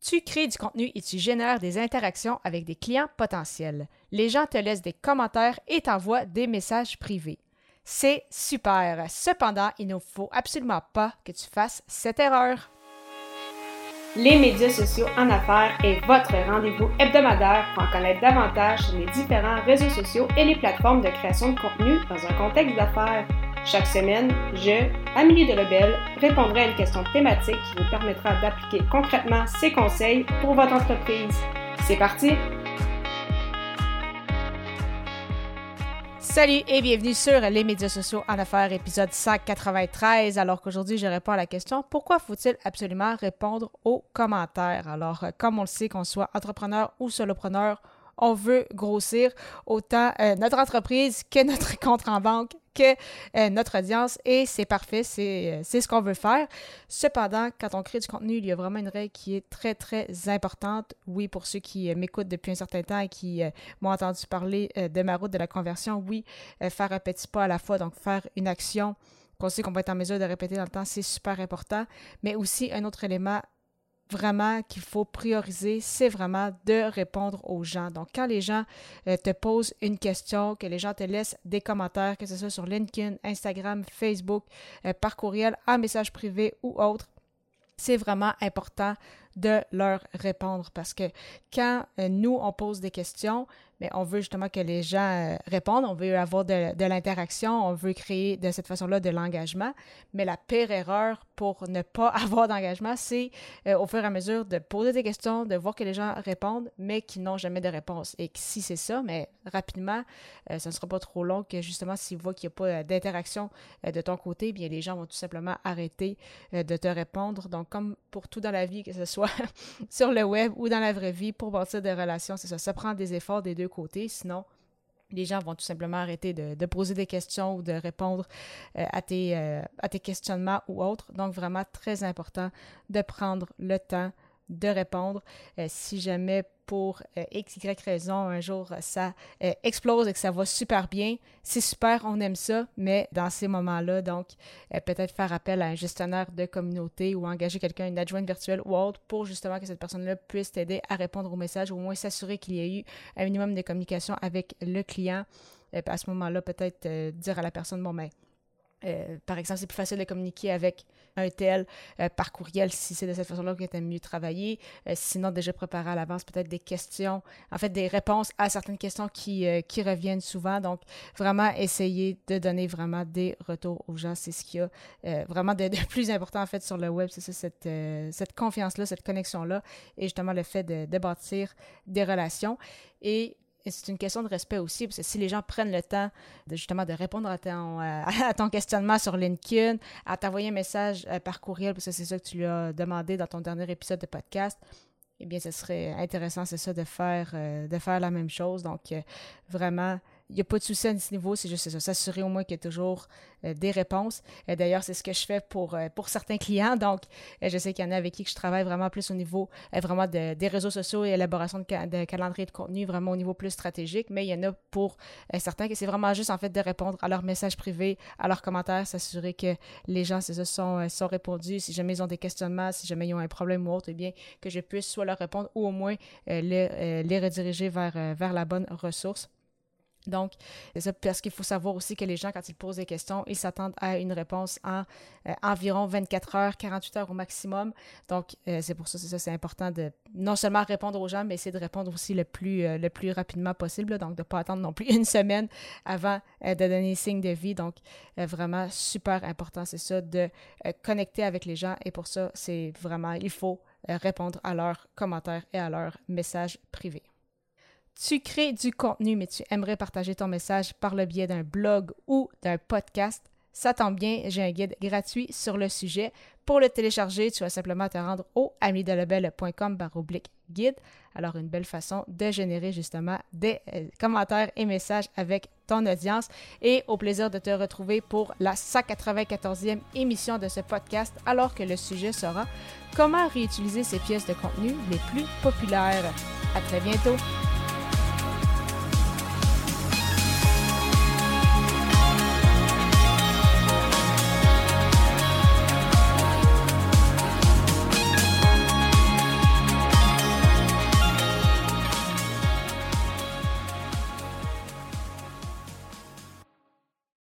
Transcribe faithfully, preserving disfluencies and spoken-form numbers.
Tu crées du contenu et tu génères des interactions avec des clients potentiels. Les gens te laissent des commentaires et t'envoient des messages privés. C'est super. Cependant, il ne faut absolument pas que tu fasses cette erreur. Les médias sociaux en affaires est votre rendez-vous hebdomadaire pour en connaître davantage sur les différents réseaux sociaux et les plateformes de création de contenu dans un contexte d'affaires. Chaque semaine, je, Amélie Delebel, répondrai à une question thématique qui vous permettra d'appliquer concrètement ces conseils pour votre entreprise. C'est parti! Salut et bienvenue sur les médias sociaux en affaires, épisode cent quatre-vingt-treize. Alors qu'aujourd'hui, je réponds à la question « Pourquoi faut-il absolument répondre aux commentaires? » Alors, comme on le sait, qu'on soit entrepreneur ou solopreneur, on veut grossir autant euh, notre entreprise que notre compte en banque, que euh, notre audience, et c'est parfait, c'est, euh, c'est ce qu'on veut faire. Cependant, quand on crée du contenu, il y a vraiment une règle qui est très, très importante. Oui, pour ceux qui euh, m'écoutent depuis un certain temps et qui euh, m'ont entendu parler euh, de ma route de la conversion, oui, euh, faire un petit pas à la fois, donc faire une action qu'on sait qu'on va être en mesure de répéter dans le temps, c'est super important. Mais aussi, un autre élément vraiment qu'il faut prioriser, c'est vraiment de répondre aux gens. Donc, quand les gens euh, te posent une question, que les gens te laissent des commentaires, que ce soit sur LinkedIn, Instagram, Facebook, euh, par courriel, en message privé ou autre, c'est vraiment important de leur répondre parce que quand euh, nous, on pose des questions, mais on veut justement que les gens euh, répondent, on veut avoir de, de l'interaction, on veut créer de cette façon-là de l'engagement, mais la pire erreur pour ne pas avoir d'engagement, c'est euh, au fur et à mesure de poser des questions, de voir que les gens répondent, mais qu'ils n'ont jamais de réponse. Et que si c'est ça, mais rapidement, euh, ça ne sera pas trop long que justement, s'ils voient qu'il n'y a pas euh, d'interaction euh, de ton côté, bien les gens vont tout simplement arrêter euh, de te répondre. Donc, comme pour tout dans la vie, que ce soit sur le web ou dans la vraie vie, pour bâtir des relations, c'est ça. Ça prend des efforts des deux côtés, sinon les gens vont tout simplement arrêter de, de poser des questions ou de répondre euh, à, tes, euh, à tes questionnements ou autres. Donc, vraiment très important de prendre le temps de répondre. Euh, si jamais pour euh, X, Y raison, un jour, ça euh, explose et que ça va super bien, c'est super, on aime ça, mais dans ces moments-là, donc, euh, peut-être faire appel à un gestionnaire de communauté ou engager quelqu'un, une adjointe virtuelle ou autre, pour justement que cette personne-là puisse t'aider à répondre aux messages, ou au moins s'assurer qu'il y ait eu un minimum de communication avec le client. Euh, à ce moment-là, peut-être euh, dire à la personne, bon, ben, Euh, par exemple, c'est plus facile de communiquer avec un tel euh, par courriel si c'est de cette façon-là que tu aimes mieux travailler. Euh, sinon, déjà préparer à l'avance peut-être des questions, en fait, des réponses à certaines questions qui, euh, qui reviennent souvent. Donc, vraiment essayer de donner vraiment des retours aux gens. C'est ce qu'il y a euh, vraiment de, de plus important, en fait, sur le web. C'est ça, cette, euh, cette confiance-là, cette connexion-là et justement le fait de, de bâtir des relations. Et Et c'est une question de respect aussi, parce que si les gens prennent le temps de justement de répondre à ton, à ton questionnement sur LinkedIn, à t'envoyer un message par courriel, parce que c'est ça que tu lui as demandé dans ton dernier épisode de podcast, eh bien, ce serait intéressant, c'est ça, de faire, euh, de faire la même chose. Donc, euh, vraiment, il n'y a pas de souci à ce niveau, c'est juste ça, s'assurer au moins qu'il y a toujours euh, des réponses. Euh, d'ailleurs, c'est ce que je fais pour, euh, pour certains clients. Donc, euh, je sais qu'il y en a avec qui que je travaille vraiment plus au niveau euh, vraiment de, des réseaux sociaux et élaboration de, ca- de calendrier de contenu, vraiment au niveau plus stratégique. Mais il y en a pour euh, certains que c'est vraiment juste en fait de répondre à leurs messages privés, à leurs commentaires, s'assurer que les gens, c'est ça, sont, euh, sont répondus. Si jamais ils ont des questionnements, si jamais ils ont un problème ou autre, eh bien, que je puisse soit leur répondre ou au moins euh, les, euh, les rediriger vers, euh, vers la bonne ressource. Donc, c'est ça, parce qu'il faut savoir aussi que les gens, quand ils posent des questions, ils s'attendent à une réponse en euh, environ vingt-quatre heures, quarante-huit heures au maximum. Donc, euh, c'est pour ça, c'est ça, c'est important de non seulement répondre aux gens, mais essayer de répondre aussi le plus, euh, le plus rapidement possible. Là, donc, de ne pas attendre non plus une semaine avant euh, de donner signe de vie. Donc, euh, vraiment super important, c'est ça, de euh, connecter avec les gens. Et pour ça, c'est vraiment, il faut euh, répondre à leurs commentaires et à leurs messages privés. Tu crées du contenu, mais tu aimerais partager ton message par le biais d'un blog ou d'un podcast. Ça tombe bien, j'ai un guide gratuit sur le sujet. Pour le télécharger, tu vas simplement te rendre au ameliedelebel point com barre oblique guide. Alors, une belle façon de générer justement des euh, commentaires et messages avec ton audience. Et au plaisir de te retrouver pour la cent quatre-vingt-quatorzième émission de ce podcast, alors que le sujet sera « Comment réutiliser ces pièces de contenu les plus populaires ». À très bientôt!